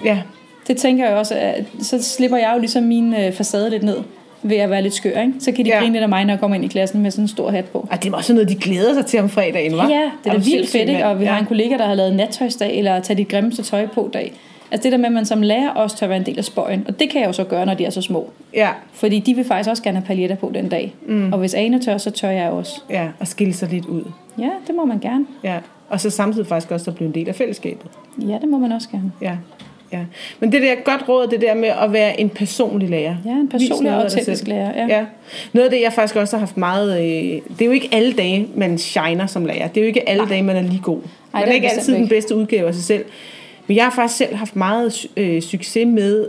Ja. Det tænker jeg også, at så slipper jeg jo ligesom min øh, facade lidt ned ved at være lidt skør, ikke? Så kan de ja. grine lidt af mig, når jeg kommer ind i klassen med sådan en stor hat på. Og det er også noget, de glæder sig til om fredagen, hva'? Ja, det er da vildt fedt, ikke? Og vi ja. har en kollega, der har lavet nattøjsdag, eller tage dit grimmeste tøj på dag. Altså det der med, at man som lærer også tør være en del af spøjen. Og det kan jeg jo så gøre, når de er så små. Ja. Fordi de vil faktisk også gerne have paljetter på den dag. Mm. Og hvis Ane tør, så tør jeg også. Ja, og skille sig lidt ud. Ja, det må man gerne. Ja, og så samtidig faktisk også at blive en del af fællesskabet. Ja, det må man også gerne. Ja. Ja. Men det der godt råd, det der med at være en personlig lærer. Ja, en personlig og autentisk lærer. Ja. Ja. Noget af det, jeg faktisk også har haft meget... Øh, det er jo ikke alle dage, man shiner som lærer. Det er jo ikke alle Nej. dage, man er lige god. Man Nej, er ikke altid ikke. den bedste udgave af sig selv. Men jeg har faktisk selv haft meget øh, succes med,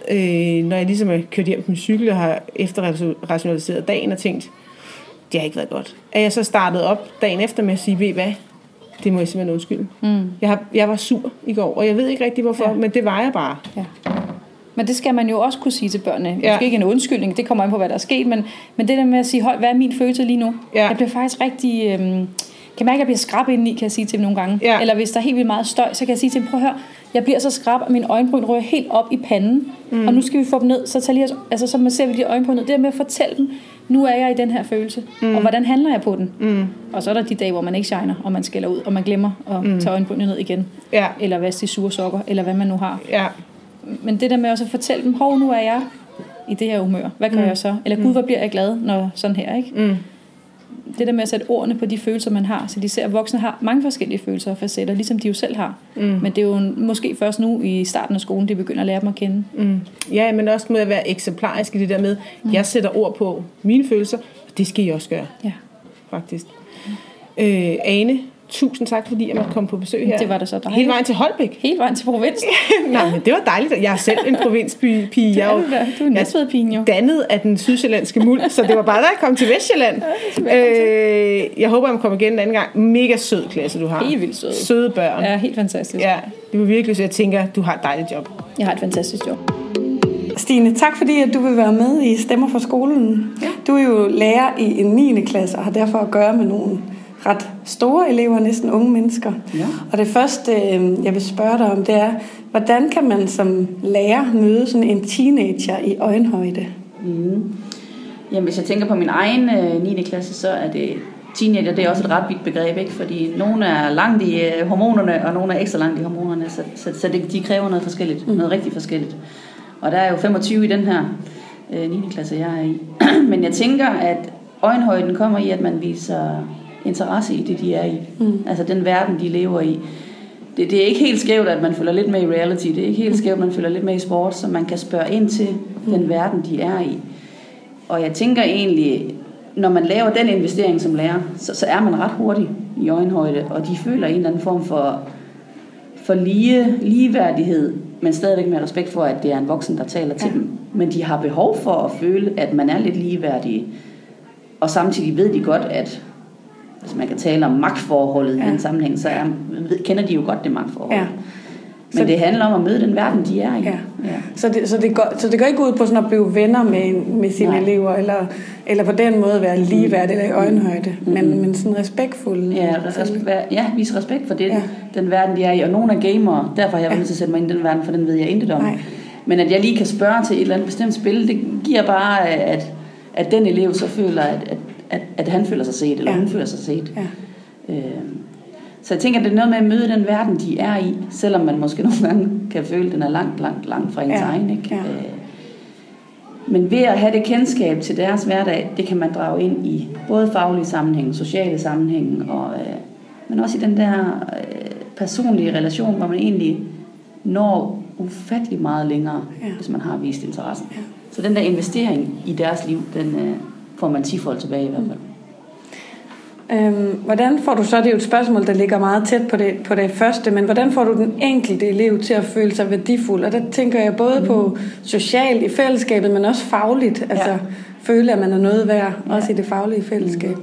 øh, når jeg ligesom er kørt hjem på min cykel og har efterrationaliseret dagen og tænkt, det har ikke været godt. At jeg så startede op dagen efter med at sige, ved hvad? Det må jeg simpelthen undskylde. Mm. Jeg, har, jeg var sur i går, og jeg ved ikke rigtig hvorfor, ja. men det var jeg bare. Ja. Men det skal man jo også kunne sige til børnene. Ja. Måske ikke en undskyldning, det kommer an på, hvad der er sket, men, men det der med at sige, hold, hvad er min følelse lige nu? Ja. Jeg bliver faktisk rigtig... Øhm, kan mærke, at jeg bliver skrab indeni, kan jeg sige til dem nogle gange. Ja. Eller hvis der er helt vildt meget støj, så kan jeg sige til dem, prøv at høre, jeg bliver så skrab, og mine øjenbryn rører helt op i panden, mm. og nu skal vi få dem ned, så tager lige, altså så ser vi de øjenbryn ned. Det er med at fortælle dem, nu er jeg i den her følelse, mm. og hvordan handler jeg på den? Mm. Og så er der de dage, hvor man ikke shiner, og man skælder ud, og man glemmer at mm. tage øjenbrynene ned igen. Ja. Eller vaske de sure sokker, eller hvad man nu har. Ja. Men det der med også at fortælle dem, hov, nu er jeg i det her humør. Hvad gør mm. jeg så? Eller gud, hvor bliver jeg glad, når sådan her, ikke? Mm. Det der med at sætte ordene på de følelser, man har, så de ser, at voksne har mange forskellige følelser og facetter, ligesom de jo selv har. Mm. Men det er jo måske først nu i starten af skolen, de begynder at lære dem at kende. Mm. Ja, men også med at være eksemplarisk i det der med, mm. jeg sætter ord på mine følelser, og det skal I også gøre. Ja. Faktisk. Mm. Øh, Ane, tusind tak, fordi jeg måtte komme på besøg her. Det var da så dejligt. Hele vejen til Holbæk. Hele vejen til provinsen. Nej, men det var dejligt. Jeg er selv en provinspige. Det er du da. Du er en Næstved-pigen jo. Dannet af den sydsjællandske muld, så det var bare, da jeg kom til Vestjylland. Ja, øh, jeg håber, jeg kommer igen en anden gang. Mega sød klasse, du har. Helt vildt sød. Søde børn. Ja, helt fantastisk. Ja, det var virkelig, så jeg tænker, du har et dejligt job. Jeg har et fantastisk job. Stine, tak fordi at du vil være med i Stemmer fra skolen. Ja. Du er jo lærer i en niende klasse og har derfor at gøre med nogle ret store elever, næsten unge mennesker. Ja. Og det første, jeg vil spørge dig om, det er, hvordan kan man som lærer møde sådan en teenager i øjenhøjde? Mm. Jamen, hvis jeg tænker på min egen øh, niende klasse, så er det teenager, det er også et ret vidt begreb, ikke? Fordi nogle er langt i øh, hormonerne, og nogle er ekstra langt i hormonerne, så, så, så det, de kræver noget forskelligt, mm. noget rigtig forskelligt. Og der er jo femogtyve i den her øh, niende klasse, jeg er i. Men jeg tænker, at øjenhøjden kommer i, at man viser interesse i det, de er i. Mm. Altså den verden, de lever i. Det, det er ikke helt skævt, at man følger lidt med i reality. Det er ikke helt skævt, at man følger lidt med i sport, så man kan spørge ind til mm. den verden, de er i. Og jeg tænker egentlig, når man laver den investering som lærer, så, så er man ret hurtig i øjenhøjde, og de føler en eller anden form for, for lige, ligeværdighed, men stadigvæk med respekt for, at det er en voksen, der taler til ja. dem. Men de har behov for at føle, at man er lidt ligeværdig. Og samtidig ved de godt, at hvis man kan tale om magtforholdet ja. i en sammenhæng, så er, kender de jo godt det magtforhold. Ja. Men så det handler om at møde den verden, de er i. Ja. Ja. Så, det, så, det går, så det går ikke ud på sådan at blive venner med, med sine Nej. elever, eller, eller på den måde være ligeværdig eller i øjenhøjde, mm. men, men sådan respektfuld. Ja, respe- ja, vise respekt for det, ja. den verden, de er i. Og nogle er gamere, derfor har jeg ja. nødt til at sætte mig ind i den verden, for den ved jeg intet om. Nej. Men at jeg lige kan spørge til et eller andet bestemt spil, det giver bare, at, at den elev så føler, at, at, at, at han føler sig set, eller ja. hun føler sig set. Ja. Øh, Så jeg tænker, at det er noget med at møde den verden, de er i, selvom man måske nogle gange kan føle, at den er langt, langt, langt fra ens ja, egen. Ikke? Ja. Men ved at have det kendskab til deres hverdag, det kan man drage ind i både faglige sammenhæng, sociale sammenhæng, og, men også i den der personlige relation, hvor man egentlig når ufattelig meget længere, ja. hvis man har vist interessen. Ja. Så den der investering i deres liv, den får man tifold tilbage i hvert fald. Øhm, hvordan får du så, det er jo et spørgsmål, der ligger meget tæt på det, på det første, men hvordan får du den enkelte elev til at føle sig værdifuld? Og der tænker jeg både mm. på socialt i fællesskabet, men også fagligt, altså ja. føle, at man er noget værd, ja. også i det faglige fællesskab.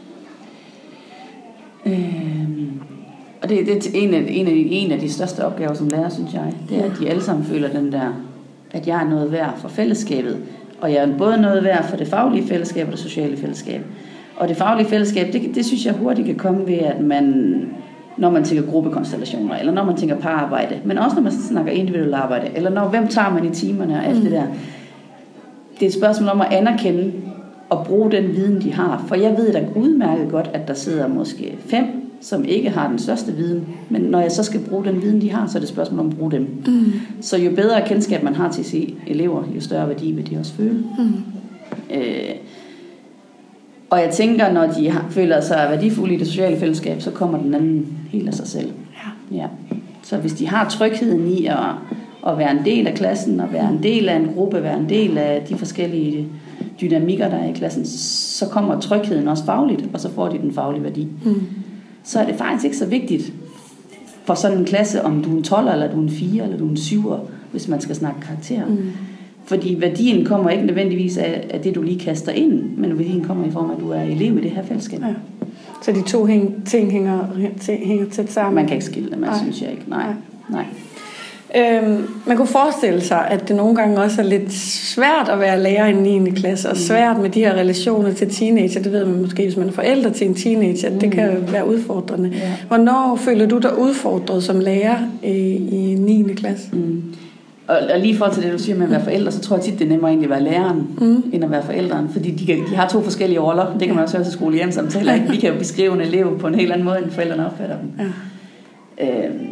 Mm. Øhm, og det, det er en af, en, af de, en af de største opgaver som lærer, synes jeg, det er, at de alle sammen føler den der, at jeg er noget værd for fællesskabet, og jeg er både noget værd for det faglige fællesskab og det sociale fællesskab. Og det faglige fællesskab, det, det synes jeg hurtigt kan komme ved, at man når man tænker gruppekonstellationer, eller når man tænker pararbejde, men også når man snakker individuelt arbejde, eller når, hvem tager man i timerne og alt mm. det der. Det er et spørgsmål om at anerkende og bruge den viden, de har. For jeg ved da udmærket godt, at der sidder måske fem, som ikke har den største viden, men når jeg så skal bruge den viden, de har, så er det et spørgsmål om at bruge dem. Mm. Så jo bedre kendskab man har til sine elever, jo større værdi vil de også føle. Mm. Øh, og jeg tænker, når de har, føler sig værdifulde i det sociale fællesskab, så kommer den anden helt af sig selv. Ja. Ja. Så hvis de har trygheden i at, at være en del af klassen, og være en del af en gruppe, være en del af de forskellige dynamikker, der er i klassen, så kommer trygheden også fagligt, og så får de den faglige værdi. Mm. Så er det faktisk ikke så vigtigt for sådan en klasse, om du er en tolver, eller du er en fire, eller du er en syver, hvis man skal snakke karakterer. Mm. Fordi værdien kommer ikke nødvendigvis af, af det, du lige kaster ind, men værdien kommer i form af, at du er elev i det her fællesskab. Ja. Så de to hæng, ting hænger, hænger tæt sammen? Man kan ikke skille dem, synes jeg ikke. Nej. Nej. Nej. Øhm, man kunne forestille sig, at det nogle gange også er lidt svært at være lærer i niende klasse, og svært med de her relationer til teenager. Det ved man måske, hvis man er forældre til en teenager, at det kan være udfordrende. Ja. Hvornår føler du dig udfordret som lærer i, i niende klasse? Mm. Og, og lige i forhold til det, du siger med at være forældre, så tror jeg tit, det er nemmere egentlig at være læreren, mm. end at være forældren. Fordi de, kan, de har to forskellige roller. Det kan man også høre til skole-hjem-samtaler. Vi kan jo beskrive en elev på en helt anden måde, end forældrene opfatter dem. Ja. Øhm,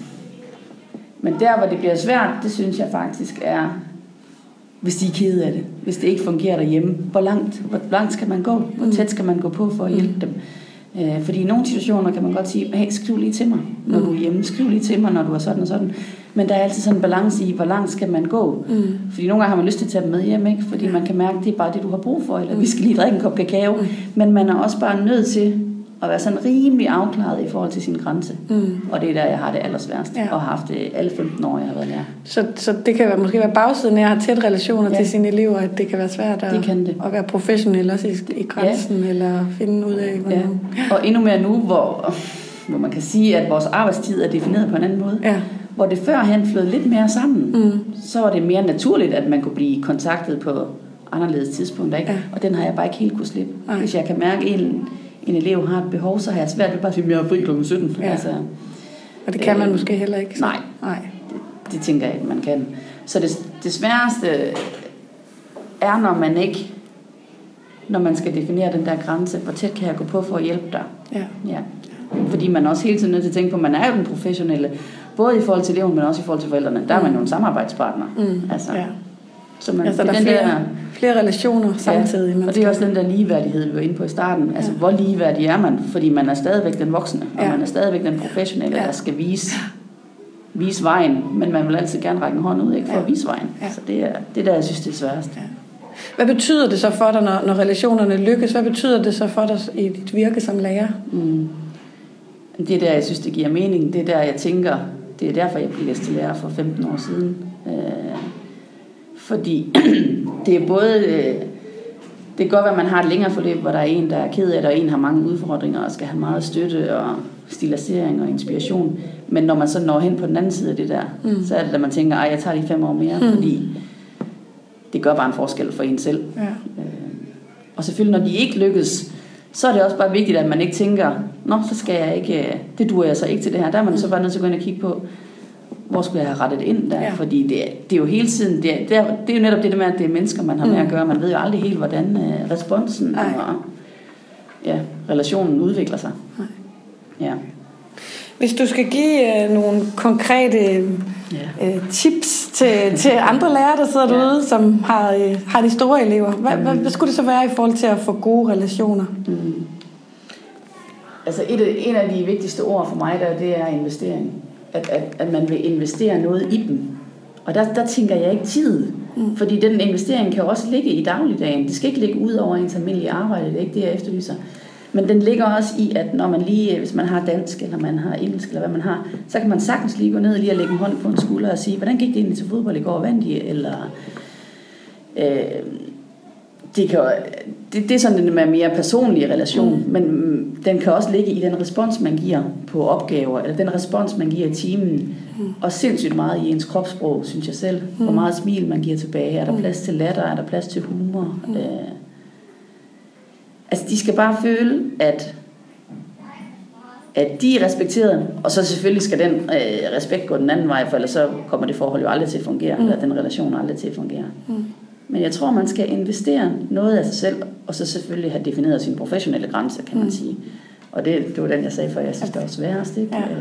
men der, hvor det bliver svært, det synes jeg faktisk er, hvis de er kede af det. Hvis det ikke fungerer derhjemme. Hvor langt, hvor langt skal man gå? Hvor tæt skal man gå på for at hjælpe dem? Øh, fordi i nogle situationer kan man godt sige, hey, skriv lige til mig, når du er hjemme. Skriv lige til mig, når du er sådan og sådan. Men der er altid sådan en balance i, hvor langt skal man gå. Mm. Fordi nogle gange har man lyst til at tage dem med hjem, ikke? Fordi man kan mærke, at det er bare det, du har brug for. Eller vi skal lige drikke en kop kakao. Mm. Men man er også bare nødt til at være sådan rimelig afklaret i forhold til sin grænse. Mm. Og det er der, jeg har det allersværst. Ja. Og har haft det alle femten år, jeg har været lærer. Så, så det kan være, måske være bagsiden af at have tæt relationer ja. til sine elever, at det kan være svært at, det det. at være professionel også i, i grænsen, ja. eller finde ud af, hvordan... Ja. Og endnu mere nu, hvor, hvor man kan sige, at vores arbejdstid er defineret på en anden måde. Ja. Hvor det førhen flød lidt mere sammen, mm. så var det mere naturligt, at man kunne blive kontaktet på anderledes tidspunkter. Ikke? Ja. Og den har jeg bare ikke helt kunne slippe. Ej. Hvis jeg kan mærke, at en, en elev har et behov, så har jeg svært ved bare at sige, at jeg er fri klokken sytten. Ja. Altså, og det kan øh, man måske heller ikke. Så. Nej, nej. Det, det tænker jeg ikke, man kan. Så det, det sværeste er, når man ikke, når man skal definere den der grænse, hvor tæt kan jeg gå på for at hjælpe dig. Ja. Ja. Fordi man også hele tiden nødt til at tænke på, at man er jo den professionelle, både i forhold til eleven, men også i forhold til forældrene. Der er man jo en samarbejdspartner. Mm. Altså, ja. Så man, altså, der er flere, der, flere relationer samtidig. Ja, og det er også den der ligeværdighed, vi var inde på i starten. Altså, ja. Hvor ligeværdig er man? Fordi man er stadigvæk den voksne, og ja. man er stadigvæk den professionelle, ja. der skal vise, vise vejen. Men man vil altid gerne række en hånd ud, ikke, for ja. at vise vejen. Ja. Så det er det, der jeg synes, det er sværest. Ja. Hvad betyder det så for dig, når, når relationerne lykkes? Hvad betyder det så for dig i dit virke som lærer? Mm. Det er der, jeg synes, det giver mening. Det er der, jeg tænker, det er derfor, jeg blev læst til lærer for femten år siden. Øh, fordi det er både... Øh, det kan godt være, at man har et længere forløb, hvor der er en, der er ked af det, og en har mange udfordringer, og skal have meget støtte og stilisering og inspiration. Men når man så når hen på den anden side af det der, mm. så er det, at man tænker, at jeg tager lige fem år mere, mm. fordi det gør bare en forskel for en selv. Ja. Øh, og selvfølgelig, når de ikke lykkes, så er det også bare vigtigt, at man ikke tænker, nå, så skal jeg ikke, det duer jeg så ikke til det her. Der er man så bare nødt til at gå ind og kigge på, hvor skulle jeg have rettet ind der? Ja. Fordi det, det er jo hele tiden, det er, det, er, det er jo netop det der med, at det er mennesker, man har med at gøre. Man ved jo aldrig helt, hvordan uh, responsen Ej. og ja, relationen udvikler sig. Ja. Hvis du skal give uh, nogle konkrete ja. uh, tips til, til andre lærere, der sidder ja. derude, som har, uh, har de store elever, hvad, mm. hvad, hvad skulle det så være i forhold til at få gode relationer? Mm. Altså et af, en af de vigtigste ord for mig, der, det er investering. At, at, at man vil investere noget i dem. Og der, der tænker jeg ikke tid. Mm. Fordi den investering kan også ligge i dagligdagen. Det skal ikke ligge ud over ens almindelige arbejde. Det er ikke det, jeg efterlyser. Men den ligger også i, at når man lige, hvis man har dansk, eller man har engelsk, eller hvad man har, så kan man sagtens lige gå ned og lige og lægge en hånd på en skulder og sige, hvordan gik det egentlig til fodbold i går, vandt I? Eller... Øh, det, kan, det, det er sådan den med mere personlige relation, mm. men den kan også ligge i den respons, man giver på opgaver, eller den respons, man giver i timen, mm. og sindssygt meget i ens kropssprog, synes jeg selv. Mm. Hvor meget smil man giver tilbage. Er der plads til latter? Er der plads til humor? Mm. Øh, altså, de skal bare føle, at, at de er respekteret, og så selvfølgelig skal den øh, respekt gå den anden vej, for ellers så kommer det forhold jo aldrig til at fungere, mm. eller den relation aldrig til at fungere. Mm. Men jeg tror, man skal investere noget af sig selv, og så selvfølgelig have defineret sine professionelle grænser, kan man mm. sige. Og det, det var den, jeg sagde før, jeg synes, det var sværest, ikke? Ja.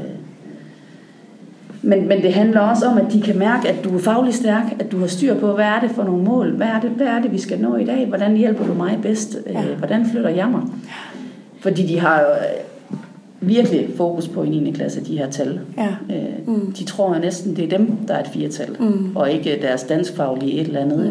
Men, men det handler også om, at de kan mærke, at du er fagligt stærk, at du har styr på, hvad er det for nogle mål, hvad er det, hvad er det vi skal nå i dag, hvordan hjælper du mig bedst, ja. Hvordan flytter jeg mig? Fordi de har jo virkelig fokus på i niende klasse, de her tal. Ja. Mm. De tror jo næsten, det er dem, der er et firetal, mm. og ikke deres danskfaglige et eller andet. Mm.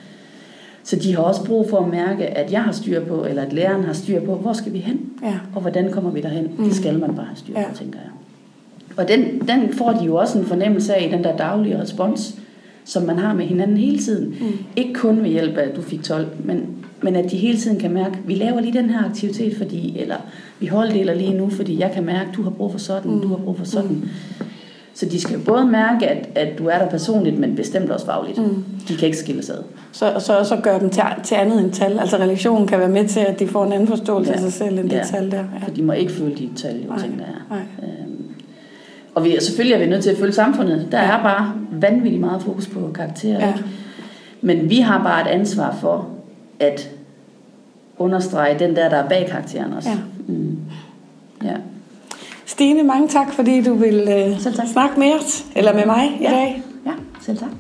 Så de har også brug for at mærke, at jeg har styr på, eller at læreren har styr på, hvor skal vi hen, ja. Og hvordan kommer vi derhen. Mm. Det skal man bare have styr på, ja. Tænker jeg. Og den, den får de jo også en fornemmelse af i den der daglige respons, som man har med hinanden hele tiden. Mm. Ikke kun ved hjælp af, at du fik tolv, men, men at de hele tiden kan mærke, vi laver lige den her aktivitet, fordi, eller vi holddeler lige nu, fordi jeg kan mærke, du har brug for sådan, mm. du har brug for sådan. Mm. Så de skal både mærke, at, at du er der personligt, men bestemt også fagligt. Mm. De kan ikke skille sig ad. Så, så, så gør dem til, til andet end tal. Altså relationen kan være med til, at de får en anden forståelse ja. Af sig selv, end ja. Det tal der. Ja. For de må ikke føle de tal, jo, tænker jeg. Øhm, og vi, selvfølgelig er vi nødt til at følge samfundet. Der er bare vanvittigt meget fokus på karakterer. Ja. Men vi har bare et ansvar for at understrege den der, der er bag karakteren også. Ja. Mm. Ja. Stine, mange tak, fordi du vil øh, snakke med os, eller med mig i ja. dag. Ja, selv tak.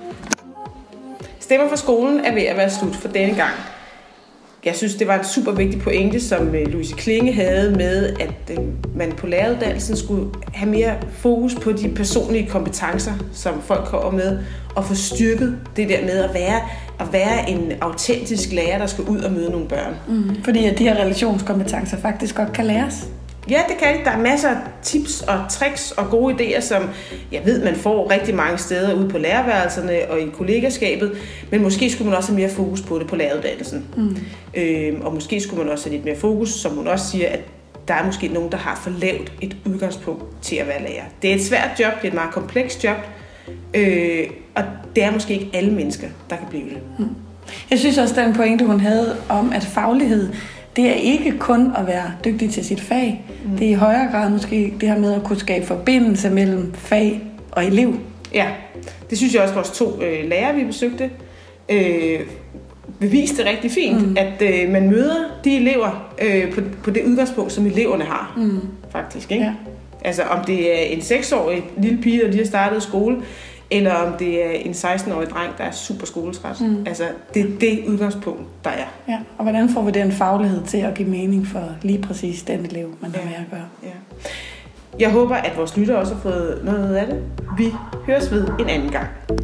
Stemmer fra skolen er ved at være slut for denne gang. Jeg synes, det var en super vigtig pointe, som Louise Klinge havde med, at man på læreruddannelsen skulle have mere fokus på de personlige kompetencer, som folk kommer med, og få styrket det der med at være, at være en autentisk lærer, der skal ud og møde nogle børn. Mm, fordi at de her relationskompetencer faktisk godt kan læres. Ja, det kan det. Der er masser af tips og tricks og gode idéer, som jeg ved, man får rigtig mange steder ude på lærerværelserne og i kollegaskabet, men måske skulle man også have mere fokus på det på læreruddannelsen. Mm. Øhm, og måske skulle man også have lidt mere fokus, som hun også siger, at der er måske nogen, der har for lavt et udgangspunkt til at være lærer. Det er et svært job, det er et meget komplekst job, øh, og det er måske ikke alle mennesker, der kan blive det. Mm. Jeg synes også, den pointe, hun havde om, at faglighed, det er ikke kun at være dygtig til sit fag. Mm. Det er i højere grad måske det her med at kunne skabe forbindelse mellem fag og elev. Ja, det synes jeg også, vores to øh, lærere, vi besøgte, øh, beviste det rigtig fint, mm. at øh, man møder de elever øh, på, på det udgangspunkt, som eleverne har, mm. faktisk. Ikke? Ja. Altså om det er en seksårig lille pige, der lige har startet skole, eller om det er en seksten-årig dreng, der er super skoletræt. Mm. Altså, det er det udgangspunkt, der er. Ja, og hvordan får vi den faglighed til at give mening for lige præcis den elev, man har ja. med at gøre? Ja. Jeg håber, at vores lyttere også har fået noget af det. Vi høres ved en anden gang.